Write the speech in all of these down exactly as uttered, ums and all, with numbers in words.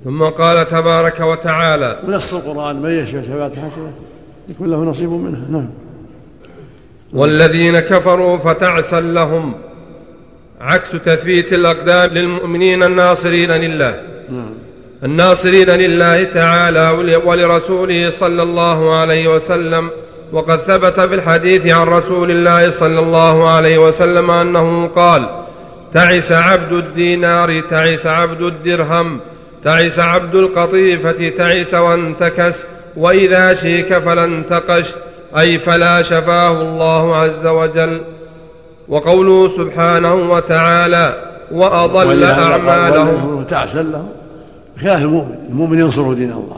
ثم قال تبارك وتعالى: ونص القرآن: من يشاء شفاعة حسنة يكون له نصيب منها. نعم. والذين كفروا فتعسا لهم، عكس تثبيت الأقدام للمؤمنين الناصرين لله. نعم. الناصرين لله تعالى ولرسوله صلى الله عليه وسلم. وقد ثبت في الحديث عن رسول الله صلى الله عليه وسلم أنه قال: تعس عبد الدينار، تعس عبد الدرهم، تعس عبد القطيفة، تعس وانتكس، وإذا شيك فلا انتقش، أي فلا شفاه الله عز وجل. وقوله سبحانه وتعالى: وأضل أعمالهم. تعسا لهم بخلاف المؤمن. المؤمن ينصر دين الله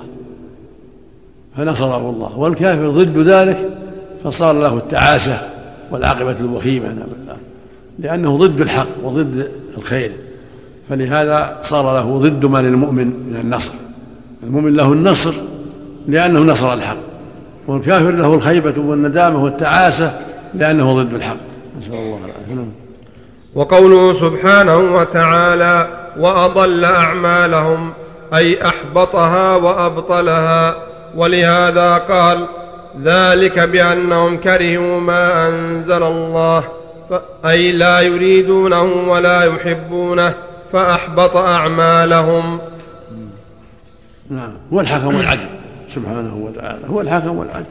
فنصره الله، والكافر ضد ذلك فصار له التعاسة والعاقبة الوخيمة، نعم بالله، لأنه ضد الحق وضد الخير، فلهذا صار له ضد ما للمؤمن من النصر. المؤمن له النصر لأنه نصر الحق، والكافر له الخيبة والندامة والتعاسة لأنه ضد الحق. نسأل الله العافية. وقوله سبحانه وتعالى: وأضل أعمالهم، أي أحبطها وأبطلها. ولهذا قال: ذلك بأنهم كرهوا ما أنزل الله، أي لا يريدونه ولا يحبونه فأحبط أعمالهم. نعم. هو الحكم والعدل سبحانه وتعالى، هو الحكم والعدل.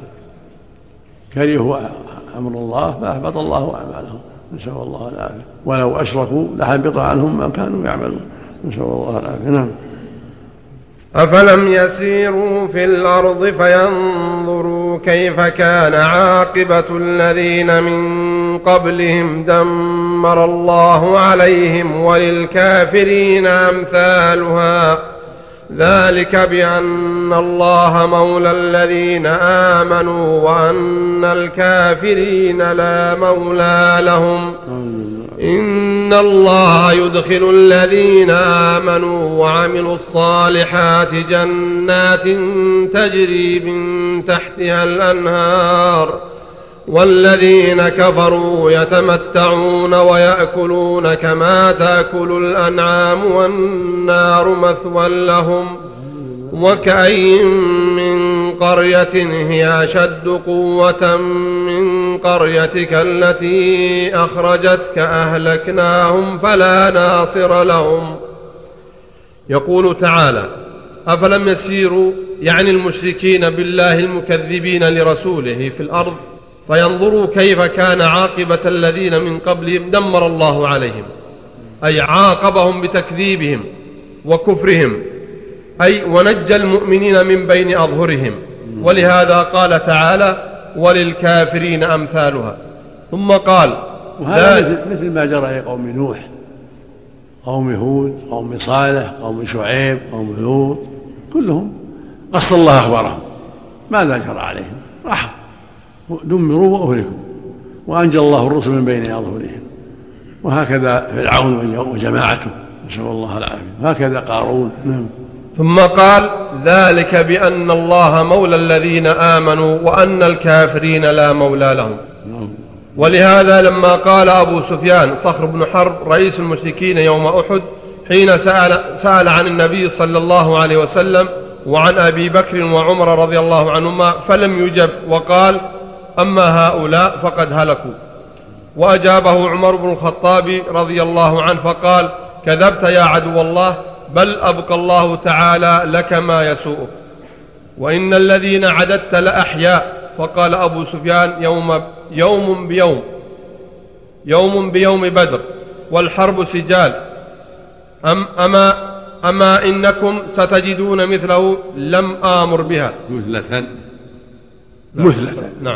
كرهوا أمر الله فأحبط الله أعمالهم، نسأل الله العافية. ولو أشركوا لحبط عنهم ما كانوا يعملون، نسأل الله العافية. نعم. أفلم يسيروا في الأرض فينظروا كيف كان عاقبة الذين من قبلهم دمر الله عليهم وللكافرين أمثالها، ذلك بأن الله مولى الذين آمنوا وأن الكافرين لا مولى لهم. إن الله يدخل الذين آمنوا وعملوا الصالحات جنات تجري من تحتها الأنهار، والذين كفروا يتمتعون ويأكلون كما تأكل الأنعام والنار مثوى لهم. وكأين من قرية هي أشد قوة من قريتك التي أخرجتك أهلكناهم فلا ناصر لهم. يقول تعالى: أفلم يسيروا، يعني المشركين بالله المكذبين لرسوله في الأرض، فينظروا كيف كان عاقبة الذين من قبلهم دمر الله عليهم، أي عاقبهم بتكذيبهم وكفرهم، أي ونجى المؤمنين من بين أظهرهم. ولهذا قال تعالى: وللكافرين أمثالها. ثم قال: وهذا مثل ما جرى قوم نوح، قوم هود، قوم صالح، قوم شعيب، قوم لوط، كلهم قص الله أخبارهم ماذا جرى عليهم، راحوا دمروا وأهلكوا، وأنجى الله الرسل من بين أظهرهم. وهكذا فرعون وجماعته، نسأل الله العافية، وهكذا قارون. نعم. ثم قال: ذلك بأن الله مولى الذين آمنوا وأن الكافرين لا مولى لهم. ولهذا لما قال أبو سفيان صخر بن حرب رئيس المشركين يوم أحد حين سأل, سأل عن النبي صلى الله عليه وسلم وعن أبي بكر وعمر رضي الله عنهما فلم يجب، وقال: أما هؤلاء فقد هلكوا. وأجابه عمر بن الخطاب رضي الله عنه فقال: كذبت يا عدو الله، بل أبقى الله تعالى لك ما يسوءك، وإن الذين عددت لأحياء. فقال أبو سفيان: يوم, يوم بيوم يوم بيوم بدر، والحرب سجال. أم أما, أما إنكم ستجدون مثله لم آمر بها. مثلة مثلة نعم.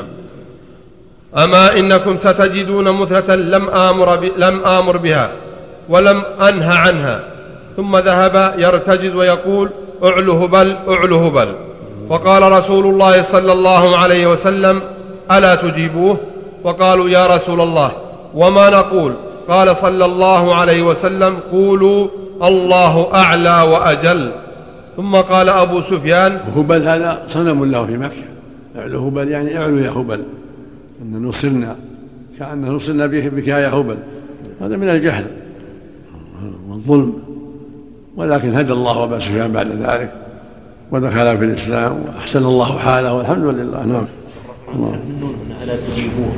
أما إنكم ستجدون مثلة لم آمر, ب... لم آمر بها ولم أنه عنها. ثم ذهب يرتجز ويقول: أعل هبل أعل هبل. فقال رسول الله صلى الله عليه وسلم: ألا تجيبوه؟ فقالوا: يا رسول الله وما نقول؟ قال صلى الله عليه وسلم: قولوا الله أعلى وأجل. ثم قال أبو سفيان: هبل هذا صنم له في مكة، أعل هبل يعني أعلو يا هبل، أن نصرنا كأن نصرنا بك يا هبل، هذا من الجهل والظلم ولكن هدى الله أبا سفيان بعد ذلك ودخل في الإسلام وأحسن الله حاله والحمد لله. نعم. الله ألا تجيبوه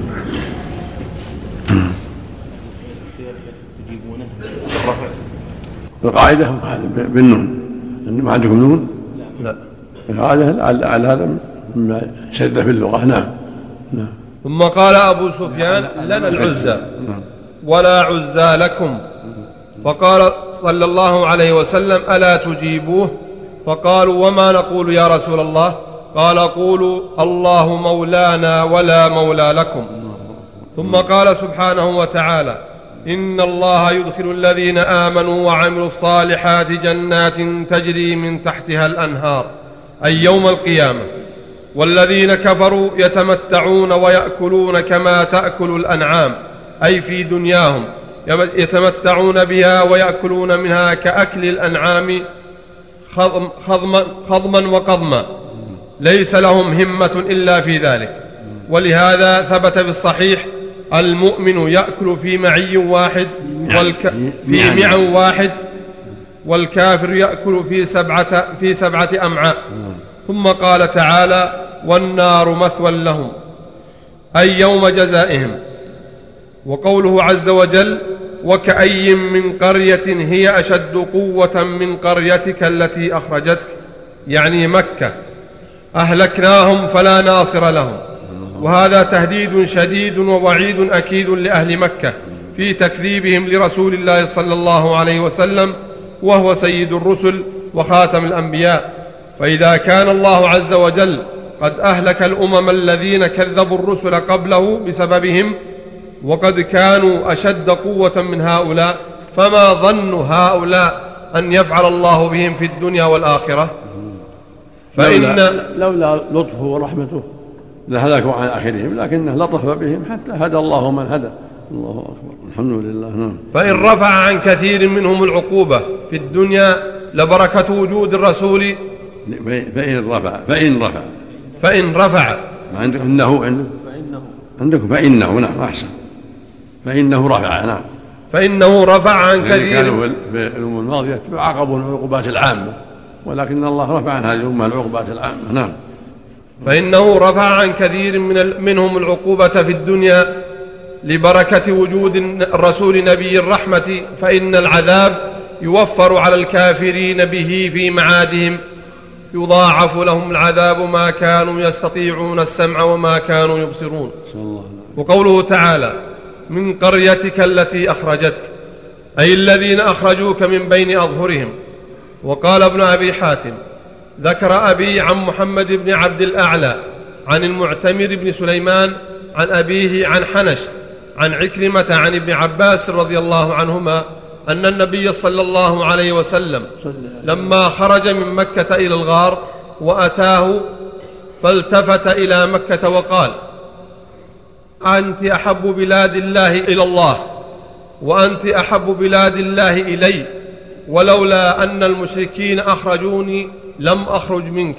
تجيبونه بالرفع القاعدة بالنون. ما عندكم نون؟ لا. القاعدة على هذا مما شد في اللغة. نعم. نعم. ثم قال أبو سفيان لنا العزى ولا عزى لكم، فقال صلى الله عليه وسلم ألا تجيبوه؟ فقالوا وما نقول يا رسول الله؟ قال قولوا الله مولانا ولا مولى لكم. ثم قال سبحانه وتعالى إن الله يدخل الذين آمنوا وعملوا الصالحات جنات تجري من تحتها الأنهار، أي يوم القيامة، والذين كفروا يتمتعون ويأكلون كما تأكل الأنعام، أي في دنياهم يتمتعون بها ويأكلون منها كأكل الأنعام خضما, خضما وقضما، ليس لهم همة إلا في ذلك. ولهذا ثبت في الصحيح المؤمن يأكل في معي واحد والك... في معا واحد، والكافر يأكل في سبعة, في سبعة أمعاء. ثم قال تعالى والنار مثوى لهم، أي يوم جزائهم. وقوله عز وجل وكأي من قرية هي أشد قوة من قريتك التي أخرجتك، يعني مكة، أهلكناهم فلا ناصر لهم. وهذا تهديد شديد ووعيد أكيد لأهل مكة في تكذيبهم لرسول الله صلى الله عليه وسلم، وهو سيد الرسل وخاتم الأنبياء. فإذا كان الله عز وجل قد أهلك الأمم الذين كذبوا الرسل قبله بسببهم، وقد كانوا أشد قوة من هؤلاء، فما ظن هؤلاء أن يفعل الله بهم في الدنيا والآخرة؟ فإن لولا, لولا لطفه ورحمته لهلكوا عن آخرهم، لكنه لطف بهم حتى هدى الله من هدى. الله أكبر، الحمد لله. نعم. فإن رفع عن كثير منهم العقوبة في الدنيا لبركة وجود الرسول. فإن رفع فإن رفع فإن رفع ما عندكم إنه فإنه عندكم فإنه. نعم أحسن. فإنه رفع. نعم. فإنه رفع عن كثير. كانوا في الأمم الماضية عاقبوا العقوبات العامة، ولكن الله رفع عن هذه الأمة العقوبات العامة. نعم. فإنه رفع عن كثير من منهم العقوبة في الدنيا لبركة وجود الرسول نبي الرحمة، فإن العذاب يوفر على الكافرين به في معادهم، يضاعف لهم العذاب ما كانوا يستطيعون السمع وما كانوا يبصرون. وقوله تعالى من قريتك التي أخرجتك، أي الذين أخرجوك من بين أظهرهم. وقال ابن أبي حاتم ذكر أبي عن محمد بن عبد الأعلى عن المعتمر بن سليمان عن أبيه عن حنش عن عكرمة عن ابن عباس رضي الله عنهما أن النبي صلى الله عليه وسلم لما خرج من مكة إلى الغار وأتاه فالتفت إلى مكة وقال أنت أحب بلاد الله إلى الله وأنت أحب بلاد الله إلي، ولولا أن المشركين أخرجوني لم أخرج منك.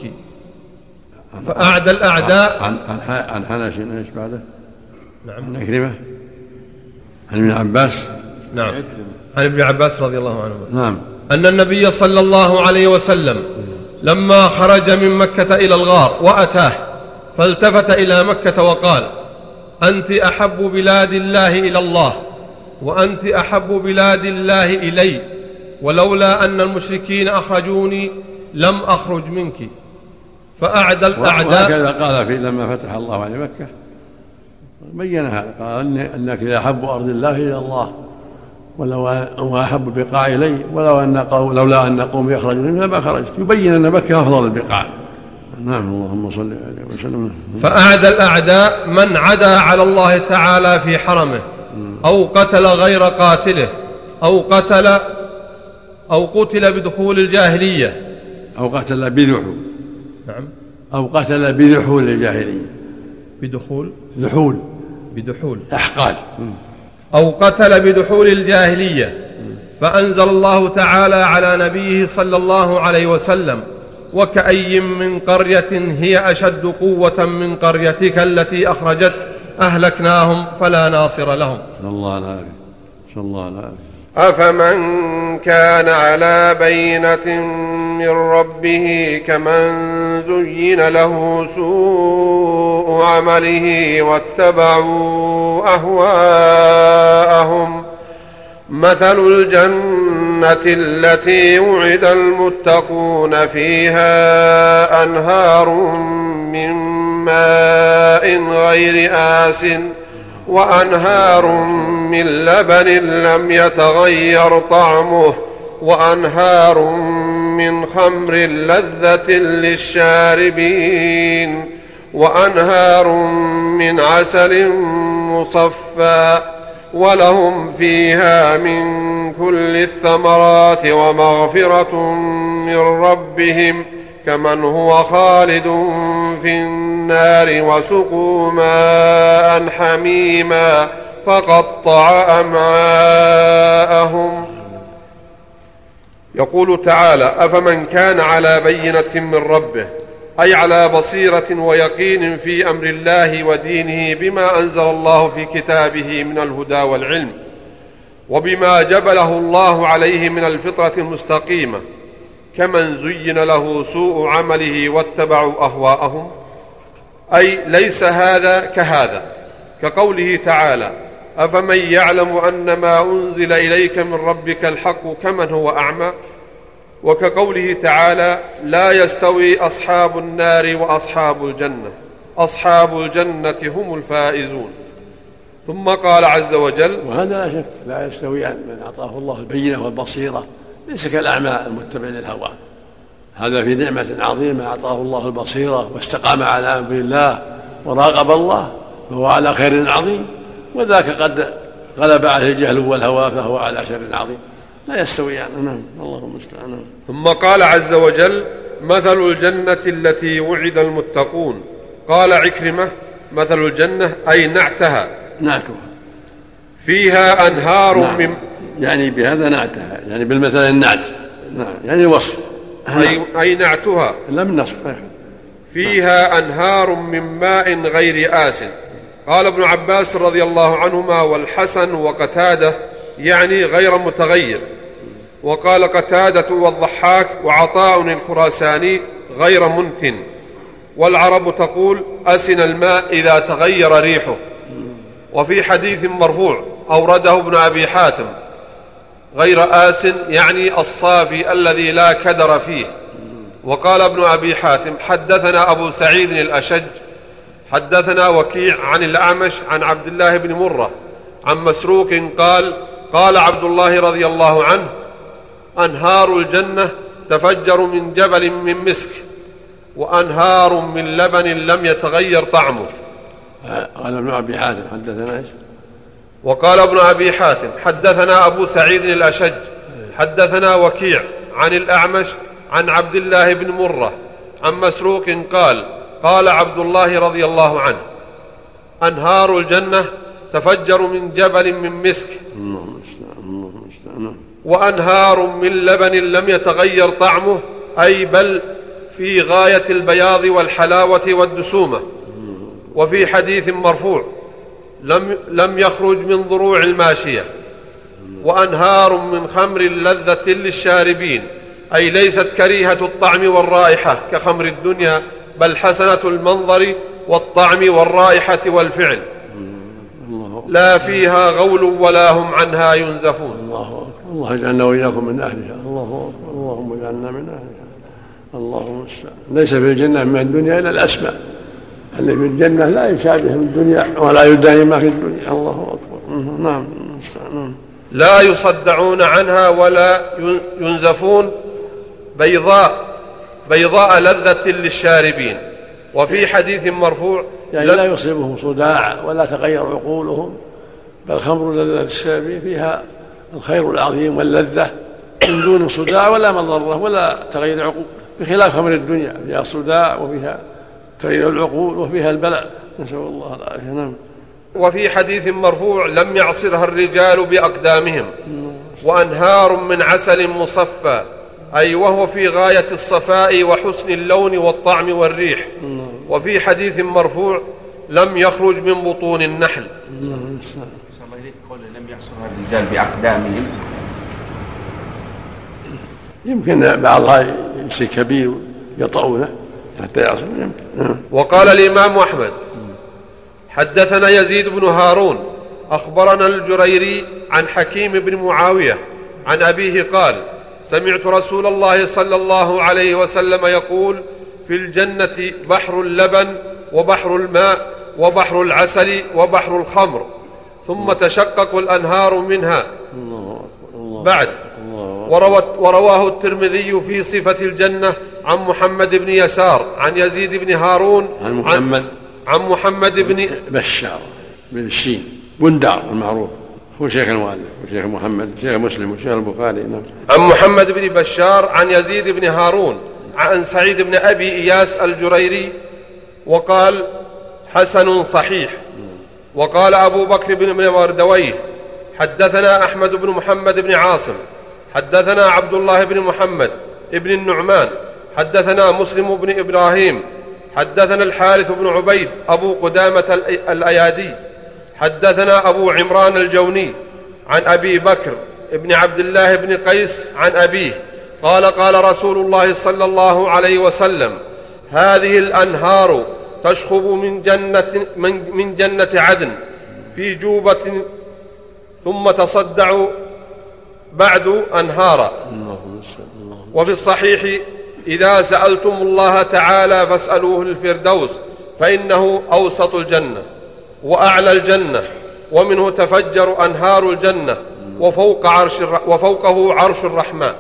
فأعدى الأعداء عن, عن حنش ايش بعده؟ نعم. عن عكرمة عن ابن عباس. نعم. عن ابن عباس رضي الله عنه. نعم. أن النبي صلى الله عليه وسلم لما خرج من مكة إلى الغار وأتاه فالتفت إلى مكة وقال أنت أحب بلاد الله إلى الله وأنت أحب بلاد الله إلي، ولولا أن المشركين أخرجوني لم أخرج منك. فأعدى الأعداء. وهكذا قال في لما فتح الله على مكة بين هذا، قال أنك أحب أرض الله إلى الله ولو أحب البقاع إلي، ولو أن قوم لولا أن قوم يخرجون لما خرجت، يبين أن مكة أفضل البقاع. نعم. اللهم صل عليه وسلم. فأعدى الأعداء من عدا على الله تعالى في حرمه أو قتل غير قاتله أو قتل أو قتل بدخول الجاهلية أو قتل بذحول. نعم. أو قتل بذحول الجاهلية. بدخول ذحول بدحول أحقاد. أو قتل بدحول الجاهلية. فأنزل الله تعالى على نبيه صلى الله عليه وسلم وكأي من قرية هي أشد قوة من قريتك التي أخرجتك أهلكناهم فلا ناصر لهم. صلى الله عليه وسلم. صلى الله عليه وسلم. أفمن كان على بينة من ربه كمن زين له سوء عمله واتبعوا أهواءهم مثل الجنة التي وعد المتقون فيها أنهار من ماء غير آس وأنهار من لبن لم يتغير طعمه وأنهار من خمر لذة للشاربين وأنهار من عسل مصفى ولهم فيها من كل الثمرات ومغفرة من ربهم كمن هو خالد في النار وسقوا ماء حميما فقطع أمعاءهم. يقول تعالى: أفمن كان على بينة من ربه، أي على بصيرة ويقين في أمر الله ودينه بما أنزل الله في كتابه من الهدى والعلم وبما جبله الله عليه من الفطرة المستقيمة، كمن زين له سوء عمله واتبعوا أهواءهم، أي ليس هذا كهذا، كقوله تعالى: أفمن يعلم أن ما أنزل إليك من ربك الحق كمن هو أعمى، وكقوله تعالى: لا يستوي أصحاب النار وأصحاب الجنة أصحاب الجنة هم الفائزون. ثم قال عز وجل: وهذا لا شك لا يستوي من أعطاه الله البينة والبصيرة ليس كالأعمى المتبع للهوى، هذا في نعمة عظيمة أعطاه الله البصيرة واستقام على أمر الله وراقب الله فهو على خير عظيم، وذاك قد غلب عليه الجهل والهوى فهو على شر عظيم، لا يستويان. نعم، اللهم المستعان. ثم قال عز وجل: مثل الجنة التي وعد المتقون. قال عكرمة: مثل الجنة أي نعتها نعتها فيها أنهار نعم. من يعني بهذا نعتها يعني بالمثل النعت، نعم يعني وصف أي, أي نعتها لم نصف فيها أنهار من ماء غير آس. قال ابن عباس رضي الله عنهما والحسن وقتادة يعني غير متغير، وقال قتادة والضحاك وعطاء الخراساني غير منتن. والعرب تقول: أسن الماء إذا تغير ريحه. وفي حديث مرفوع أورده ابن أبي حاتم: غير آسن يعني الصافي الذي لا كدر فيه. وقال ابن أبي حاتم: حدثنا أبو سعيد الأشج حدثنا وكيع عن الأعمش عن عبد الله بن مرة عن مسروق قال: قال عبد الله رضي الله عنه: أنهار الجنة تفجر من جبل من مسك وأنهار من لبن لم يتغير طعمه. قال ابن أبي حاتم حدثنا إيش؟ وقال ابن أبي حاتم: حدثنا أبو سعيد الأشج حدثنا وكيع عن الأعمش عن عبد الله بن مرة عن مسروق قال: قال عبد الله رضي الله عنه: أنهار الجنة تفجر من جبل من مسك وأنهار من لبن لم يتغير طعمه، أي بل في غاية البياض والحلاوة والدسومة. وفي حديث مرفوع: لم, لم يخرج من ضروع الماشية. وأنهار من خمر لذة للشاربين، أي ليست كريهة الطعم والرائحة كخمر الدنيا، بل حسنة المنظر والطعم والرائحة والفعل، لا فيها غول ولا هم عنها ينزفون. الله أكبر. الله يجعلنا وإياكم من أهلها. الله أكبر. اللهم اجعلنا من أهلها. اللهم استعان. ليس في الجنة من الدنيا إلا الأسماء، اللي في الجنة لا يشابه من الدنيا ولا يداني ما في الدنيا. الله أكبر. نعم استعان. لا يصدعون عنها ولا ينزفون، بيضاء بيضاء لذة للشاربين. وفي حديث مرفوع: يعني لا يصيبهم صداع ولا تغير عقولهم، بل خمر لذة الشاربين فيها الخير العظيم واللذة من دون صداع ولا مضرة ولا تغير عقول، بخلاف خمر الدنيا فيها صداع وفيها تغير العقول وفيها البلاء، نسأل الله العافية. نعم. وفي حديث مرفوع: لم يعصرها الرجال بأقدامهم. وأنهار من عسل مصفى، أي وهو في غاية الصفاء وحسن اللون والطعم والريح. وفي حديث مرفوع: لم يخرج من بطون النحل. قول لم يعصرها الرجال بأقدامهم، يمكن بعضها يصير كبير يطؤونه حتى يعصر يمكن. وقال الإمام أحمد حدثنا يزيد بن هارون أخبرنا الجريري عن حكيم بن معاوية عن أبيه قال سمعت رسول الله صلى الله عليه وسلم يقول في الجنة بحر اللبن وبحر الماء وبحر العسل وبحر الخمر ثم تشقق الأنهار منها بعد. ورواه الترمذي في صفة الجنة عن محمد بن يسار عن يزيد بن هارون عن محمد عن محمد بن بشار بن الشين بندار المعروف هو شيخ المؤلف وشيخ محمد شيخ مسلم وشيخ البخاري. عن محمد بن بشار عن يزيد بن هارون عن سعيد بن أبي إياس الجريري وقال حسن صحيح. وقال أبو بكر بن مردويه حدثنا أحمد بن محمد بن عاصم حدثنا عبد الله بن محمد ابن النعمان حدثنا مسلم بن إبراهيم حدثنا الحارث بن عبيد أبو قدامة الأيادي حدثنا أبو عمران الجوني عن أبي بكر ابن عبد الله بن قيس عن أبيه قال قال رسول الله صلى الله عليه وسلم هذه الأنهار تشخب من جنة, من, من جنة عدن في جوبة ثم تصدع بعد أنهارا. وفي الصحيح إذا سألتم الله تعالى فاسألوه الفردوس فإنه أوسط الجنة وأعلى الجنة ومنه تفجر أنهار الجنة وفوق عرش وفوقه عرش الرحمن.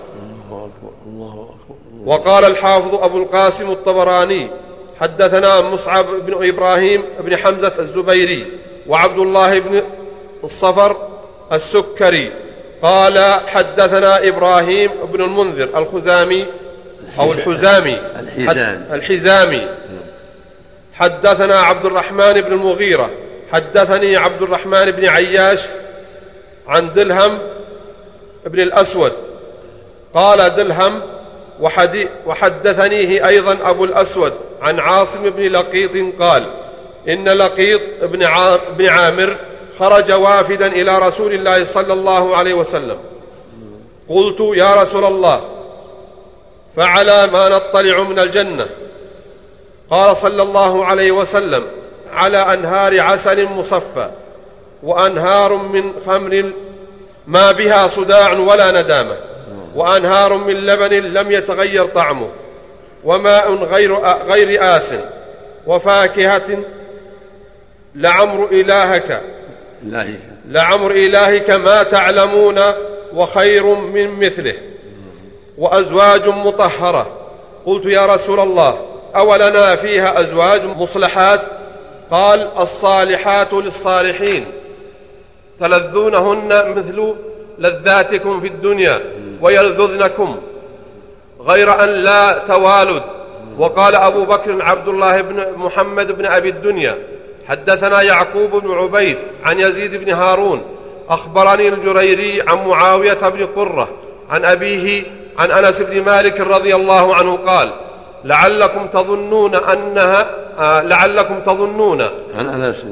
وقال الحافظ أبو القاسم الطبراني حدثنا مصعب بن إبراهيم بن حمزة الزبيري وعبد الله بن الصفر السكري قال حدثنا إبراهيم بن المنذر الخزامي أو الحزامي الحزامي حدثنا عبد الرحمن بن المغيرة حدثني عبد الرحمن بن عياش عن دلهم بن الأسود قال دلهم وحدثنيه أيضا أبو الأسود عن عاصم بن لقيط قال إن لقيط بن عامر خرج وافدا إلى رسول الله صلى الله عليه وسلم قلت يا رسول الله فعلى ما نطلع من الجنة؟ قال صلى الله عليه وسلم على أنهار عسل مصفى وأنهار من خمر ما بها صداع ولا ندامة وأنهار من لبن لم يتغير طعمه وماء غير, غير آس وفاكهة لعمر إلهك لعمر إلهك ما تعلمون وخير من مثله وأزواج مطهرة. قلت يا رسول الله أولنا فيها أزواج مصلحات؟ قال الصالحات للصالحين تلذونهن مثل لذاتكم في الدنيا ويلذذنكم غير أن لا توالد. وقال أبو بكر عبد الله بن محمد بن أبي الدنيا حدثنا يعقوب بن عبيد عن يزيد بن هارون أخبرني الجريري عن معاوية بن قرة عن أبيه عن أنس بن مالك رضي الله عنه قال لعلكم تظنون أنها آه لعلكم تظنون عن أنس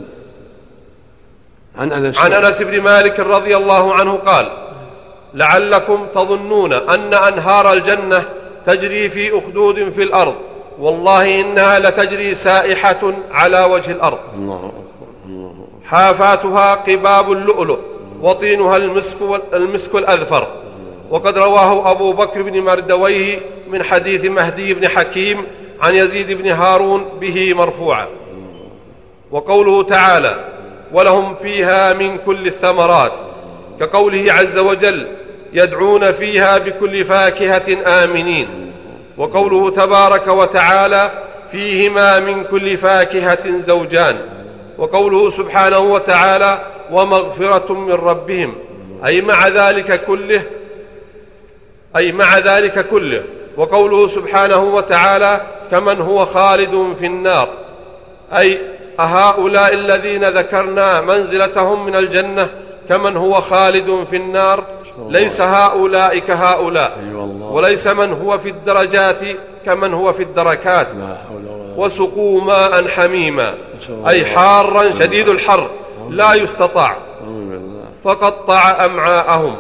عن أنس عن أنس بن مالك رضي الله عنه قال لعلكم تظنون أن أنهار الجنة تجري في أخدود في الأرض والله إنها لتجري سائحة على وجه الأرض حافاتها قباب اللؤلؤ وطينها المسك, المسك الأذفر. وقد رواه أبو بكر بن مردويه من حديث مهدي بن حكيم عن يزيد بن هارون به مرفوعا. وقوله تعالى ولهم فيها من كل الثمرات كقوله عز وجل يدعون فيها بكل فاكهة آمنين. وقوله تبارك وتعالى فيهما من كل فاكهة زوجان. وقوله سبحانه وتعالى ومغفرة من ربهم أي مع ذلك كله أي مع ذلك كله. وقوله سبحانه وتعالى كمن هو خالد في النار أي أهؤلاء الذين ذكرنا منزلتهم من الجنة كمن هو خالد في النار ليس هؤلاء كهؤلاء وليس من هو في الدرجات كمن هو في الدركات. وسقوا ماء حميما أي حارا شديد الحر لا يستطاع فقطع أمعاءهم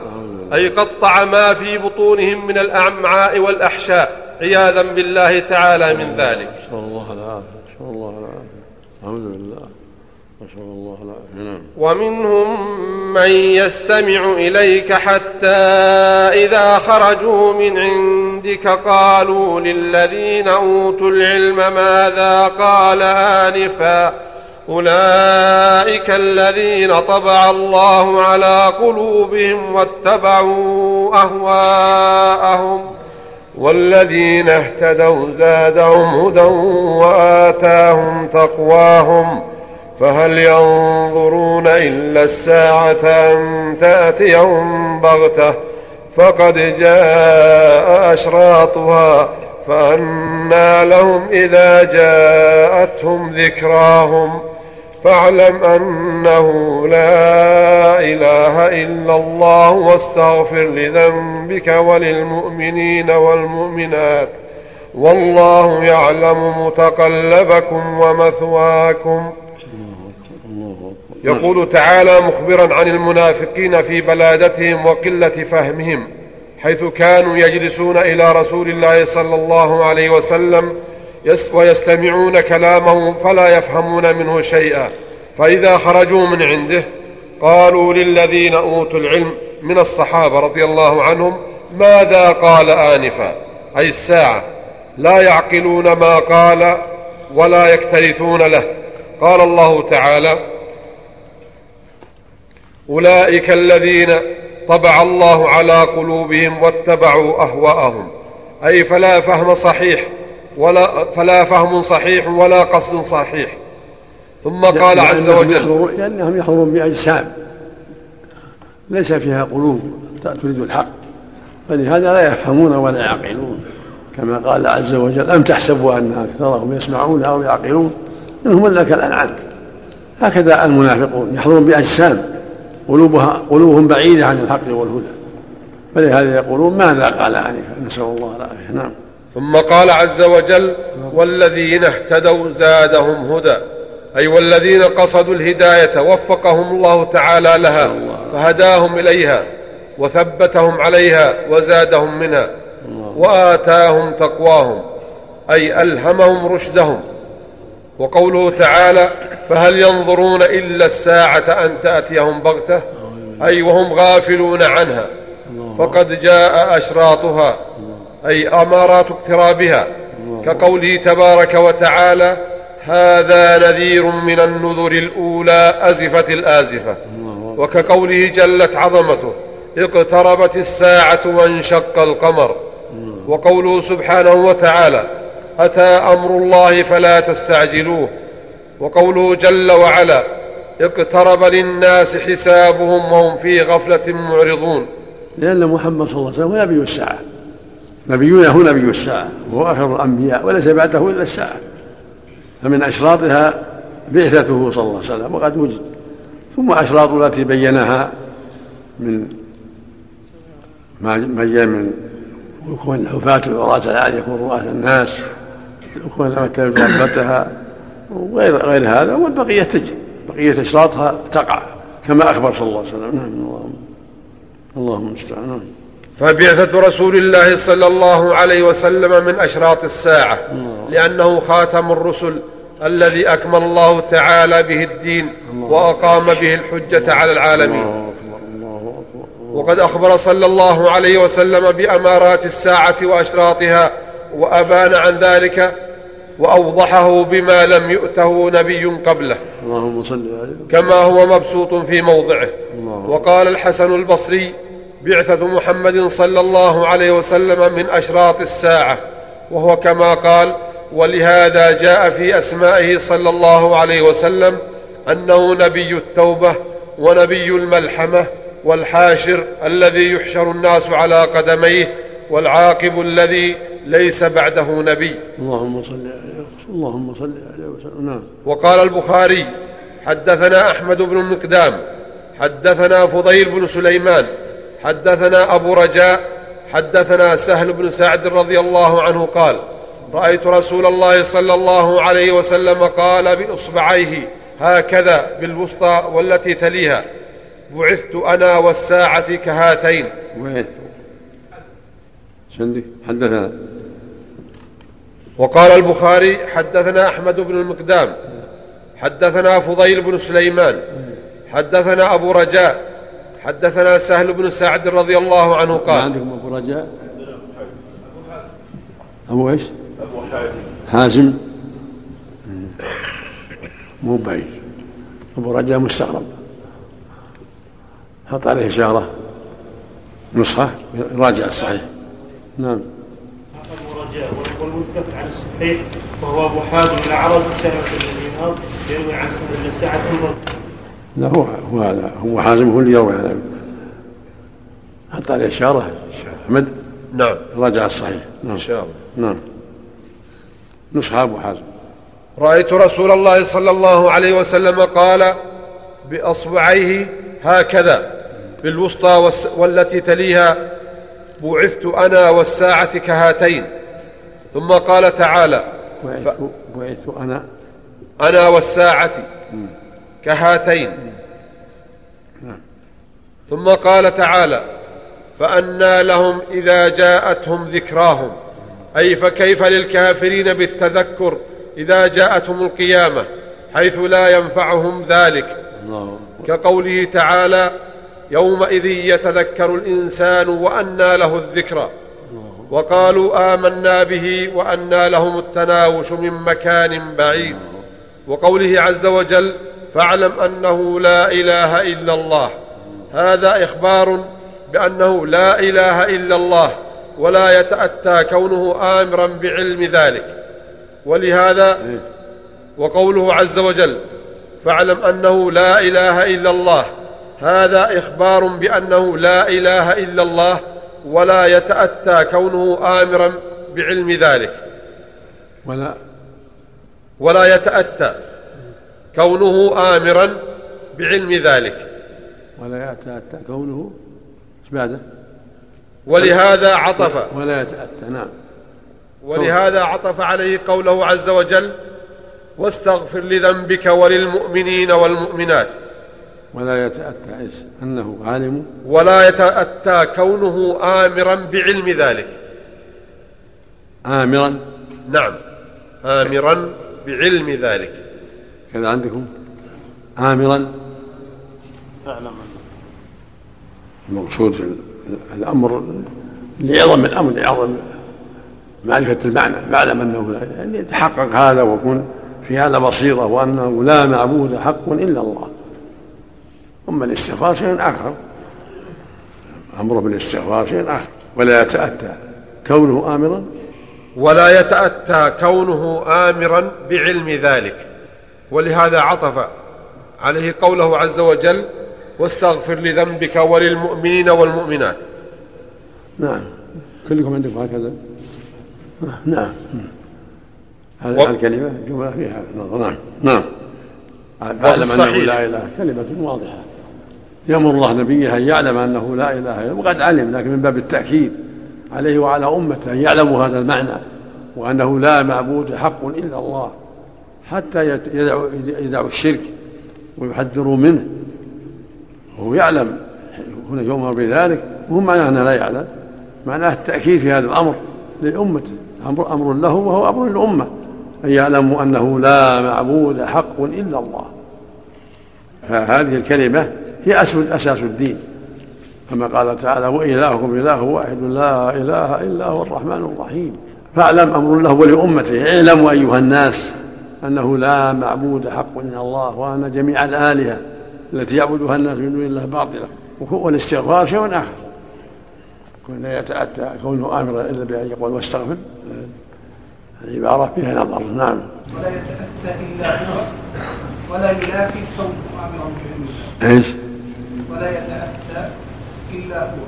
أي قطع ما في بطونهم من الأمعاء والأحشاء عياذا بالله تعالى من ذلك. نسأل الله العافية. نسأل الله العافية. الحمد لله. نسأل الله العافية. ومنهم من يستمع إليك حتى إذا خرجوا من عندك قالوا للذين أوتوا العلم ماذا قال آنفا أولئك الذين طبع الله على قلوبهم واتبعوا أهواءهم والذين اهتدوا زادهم هدى وآتاهم تقواهم فهل ينظرون إلا الساعة أن تأتيهم بغتة فقد جاء أشراطها فأنى لهم إذا جاءتهم ذكراهم فاعلم أنه لا إله إلا الله واستغفر لذنبك وللمؤمنين والمؤمنات والله يعلم متقلبكم ومثواكم. يقول تعالى مخبرا عن المنافقين في بلادتهم وقلة فهمهم، حيث كانوا يجلسون إلى رسول الله صلى الله عليه وسلم ويستمعون كلامه فلا يفهمون منه شيئا، فإذا خرجوا من عنده قالوا للذين أوتوا العلم من الصحابة رضي الله عنهم ماذا قال آنفا، أي الساعة، لا يعقلون ما قال ولا يكترثون له. قال الله تعالى أولئك الذين طبع الله على قلوبهم واتبعوا أهواءهم، أي فلا فهم صحيح ولا فلا فهم صحيح ولا قصد صحيح. ثم قال عز وجل لأنهم يحضرون بأجسام ليس فيها قلوب تريد الحق، فلهذا لا يفهمون ولا يعقلون، كما قال عز وجل أم تحسبوا أن أكثرهم يسمعون أو يعقلون إنهم إلا كالأنعام. هكذا المنافقون يحضرون بأجسام قلوبها قلوبهم بعيدة عن الحق والهدى، فلهذا يقولون ماذا قال آنفا، نسأل الله العافية. نعم. ثم قال عز وجل والذين اهتدوا زادهم هدى، أي والذين قصدوا الهداية وفقهم الله تعالى لها فهداهم إليها وثبتهم عليها وزادهم منها وآتاهم تقواهم، أي ألهمهم رشدهم. وقوله تعالى فهل ينظرون إلا الساعة أن تأتيهم بغتة، أي وهم غافلون عنها، فقد جاء أشراطها، أي أمارات اقترابها، كقوله تبارك وتعالى هذا نذير من النذر الأولى أزفت الآزفة، وكقوله جلت عظمته اقتربت الساعة وانشق القمر. وقوله سبحانه وتعالى أتى أمر الله فلا تستعجلوه. وقوله جل وعلا اقترب للناس حسابهم وهم في غفلة معرضون، لأن محمد صلى الله عليه وسلم هو نبي الساعة، نبينا هو نبي الساعة وهو آخر الأنبياء وليس بعده إلا الساعة، فمن أشراطها بعثته صلى الله عليه وسلم وقد وجد، ثم أشراط التي بينها من ما جاء من يكون حفاة العراة العالية يكون رؤاة الناس، يكون التلف رغبتها وغير غير هذا، والبقية تجي، بقية أشراطها تقع كما أخبر صلى الله عليه وسلم. نعم. اللهم اللهم استعان. فبعثة رسول الله صلى الله عليه وسلم من أشراط الساعة، لأنه خاتم الرسل الذي أكمل الله تعالى به الدين وأقام به الحجة على العالمين. وقد أخبر صلى الله عليه وسلم بأمارات الساعة وأشراطها وأبان عن ذلك وأوضحه بما لم يؤته نبي قبله، كما هو مبسوط في موضعه. وقال الحسن البصري بعثة محمد صلى الله عليه وسلم من أشراط الساعة، وهو كما قال. ولهذا جاء في أسمائه صلى الله عليه وسلم أنه نبي التوبة ونبي الملحمة والحاشر الذي يحشر الناس على قدميه والعاقب الذي ليس بعده نبي. اللهم صل عليه اللهم صل عليه وسلم. نعم. وقال البخاري حدثنا أحمد بن المقدام حدثنا فضيل بن سليمان حدثنا أبو رجاء حدثنا سهل بن سعد رضي الله عنه قال رأيت رسول الله صلى الله عليه وسلم قال بإصبعيه هكذا بالوسطى والتي تليها بعثت أنا والساعة كهاتين. بعثت سندي حدثنا. وقال البخاري حدثنا أحمد بن المقدام حدثنا فضيل بن سليمان حدثنا أبو رجاء حدثنا سهل بن سعد رضي الله عنه قال. عندكم أبو رجاء أبو إيش؟ أبو حازم. حازم مو بعيد. أبو رجاء مستغرب، حط عليه إشارة نصحة راجع الصحيح. نعم. أبو رجاء والمتفق عن الصحيح وهو أبو حازم الأعرج سهل بن دينار يروي عن سهل بن سعد. لا هو هو هذا هو حازم هو اللي يروي عن أبي، حط عليه إشارة أحمد. نعم. راجع الصحيح. نعم. إن شاء الله. نعم. نصحة أبو حازم. رأيت رسول الله صلى الله عليه وسلم قال بأصبعيه هكذا بالوسطى والتي تليها بعثت أنا والساعة كهاتين. ثم قال تعالى بعثت, بعثت أنا أنا والساعة كهاتين. ثم قال تعالى فأنى لهم إذا جاءتهم ذكراهم، أي فكيف للكافرين بالتذكر إذا جاءتهم القيامة حيث لا ينفعهم ذلك، كقوله تعالى يومئذ يتذكر الإنسان وأنى له الذكرى. وقالوا آمنا به وأنى لهم التناوش من مكان بعيد. وقوله عز وجل فاعلم أنه لا إله إلا الله، هذا إخبار بأنه لا إله إلا الله ولا يتأتى كونه آمرا بعلم ذلك. ولهذا وقوله عز وجل فاعلم أنه لا إله إلا الله، هذا إخبار بأنه لا إله إلا الله ولا يتأتى كونه آمرا بعلم ذلك. ولا ولا يتأتى كونه آمرا بعلم ذلك. ولا يتأتى كونه بعده. ولهذا عطف ولا يتأتى. نعم. ولهذا عطف عليه قوله عز وجل واستغفر لذنبك وللمؤمنين والمؤمنات. ولا يتأتى إيش؟ أنه عالم. ولا يتأتى كونه آمرا بعلم ذلك. آمرا. نعم آمرا بعلم ذلك. كذا عندكم آمرا. فاعلم المقصود الأمر لعظم الأمر لعظم معرفة المعنى، معلم أنه يعني يتحقق هذا ويكون في هذا بصيرة وأنه لا معبود حق إلا الله. أما الاستغفار شيء آخر، أمره بالاستغفار شيء آخر. ولا يتأتى كونه آمرا. ولا يتأتى كونه آمرا بعلم ذلك. ولهذا عطف عليه قوله عز وجل واستغفر لذنبك وللمؤمنين والمؤمنات. نعم. كلكم عندكم هكذا. نعم. هذه و... الكلمة جملة فيها نعم. نعم. أعلم أنه لا إله كلمة واضحة يأمر الله نبيه أن يعلم أنه لا إله إلا، وقد علم لكن من باب التأكيد عليه وعلى أمته أن يعلموا هذا المعنى وأنه لا معبود حق إلا الله، حتى يدعوا, يدعوا الشرك ويحذروا منه. وهو يعلم هنا يؤمر بذلك، وهم معناه أنه لا يعلم، معناه التأكيد في هذا الأمر لأمته، أمر, أمر له وهو أمر للأمة أن يعلموا أنه لا معبود حق إلا الله. فهذه الكلمة هي أساس الدين، كما قال تعالى وإلهكم إله واحد لا إله إلا هو الرحمن الرحيم. فاعلم أمر له ولأمته، اعلموا أيها الناس أنه لا معبود حق إلا الله، وأن جميع الآلهة التي يعبدها الناس من دون الله باطلة. والاستغفار شيء آخر، كنا يتأتى كونه آمرا إلا بأن يقول واستغفر، العبارة فيها نظر. نعم. ولا يتأتى إلا هو ولا ينافي كونه آمرا بعلمه. ايش؟ ولا يتأتى إلا هو.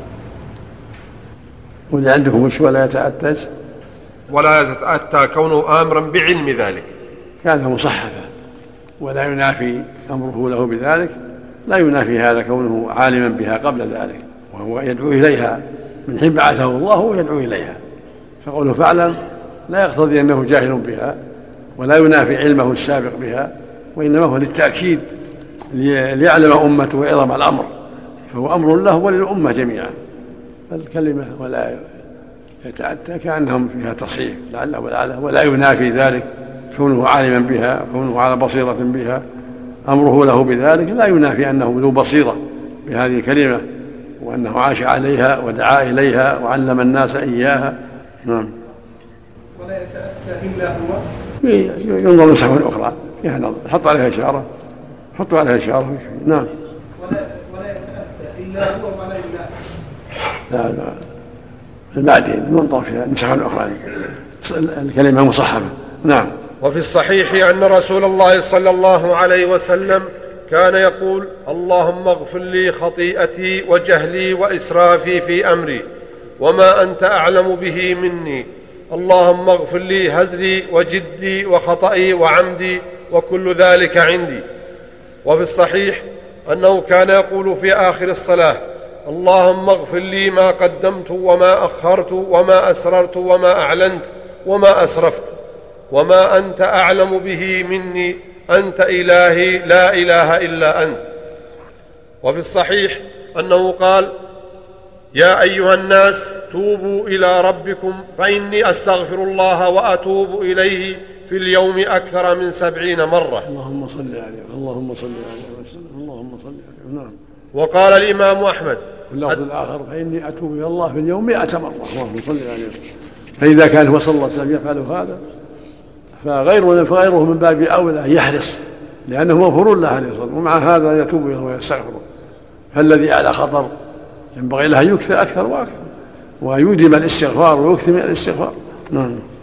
واللي عندكم وش ولا يتأتى؟ ولا يتأتى كونه آمرا بعلم ذلك، كان مصحفا، ولا ينافي أمره له بذلك، لا ينافي هذا كونه عالما بها قبل ذلك، وهو يدعو إليها من حين بعثه الله ويدعو إليها. فقوله فاعلم لا يقتضي أنه جاهل بها، ولا ينافي علمه السابق بها، وإنما هو للتأكيد ليعلم أمته وعظم الأمر فهو أمر له وللأمة جميعا. الكلمة ولا يتأتى كأنهم فيها تصحيح لعله ولعله، ولا ينافي ذلك كونه عالما بها، كونه على بصيرة بها، أمره له بذلك لا ينافي أنه ذو بصيرة بهذه الكلمة، وأنه عاش عليها ودعا إليها وعلم الناس إياها. نعم. ولا يتأتى إلا هو. ينظر نسخة أخرى فيها نظر، حط عليها إشارة، حطوا عليها إشارة. نعم. ولا ولا يتأتى إلا هو ولا إله. لا لا بعدين ننظر فيها نسخة أخرى الكلمة مصحفة. نعم. وفي الصحيح أن رسول الله صلى الله عليه وسلم كان يقول: اللهم اغفر لي خطيئتي وجهلي وإسرافي في أمري وما أنت أعلم به مني، اللهم اغفر لي هزلي وجدي وخطئي وعمدي وكل ذلك عندي. وفي الصحيح أنه كان يقول في آخر الصلاة: اللهم اغفر لي ما قدمت وما أخرت وما أسررت وما أعلنت وما أسرفت وما أنت أعلم به مني، أنت إلهي لا إله إلا أنت. وفي الصحيح أنه قال: يا أيها الناس توبوا إلى ربكم فإني أستغفر الله وأتوب إليه في اليوم أكثر من سبعين مرة. اللهم صل عليه اللهم صل عليه وسلم اللهم صل عليه. نعم. وقال الإمام أحمد في اللفظ الآخر: فإني أتوب إلى الله في اليوم مئة مرة. اللهم صل عليه. فإذا كان هو صلى الله عليه وسلم يفعل هذا فغيره فغيره من باب أولى يحرص، لأنه مغفور له عليه الصلاة، ومع هذا يتوب إليه ويستغفره. فالذي على خطر ينبغي له أن يكثر أكثر وأكثر ويديم الاستغفار ويكثر من الاستغفار. نعم.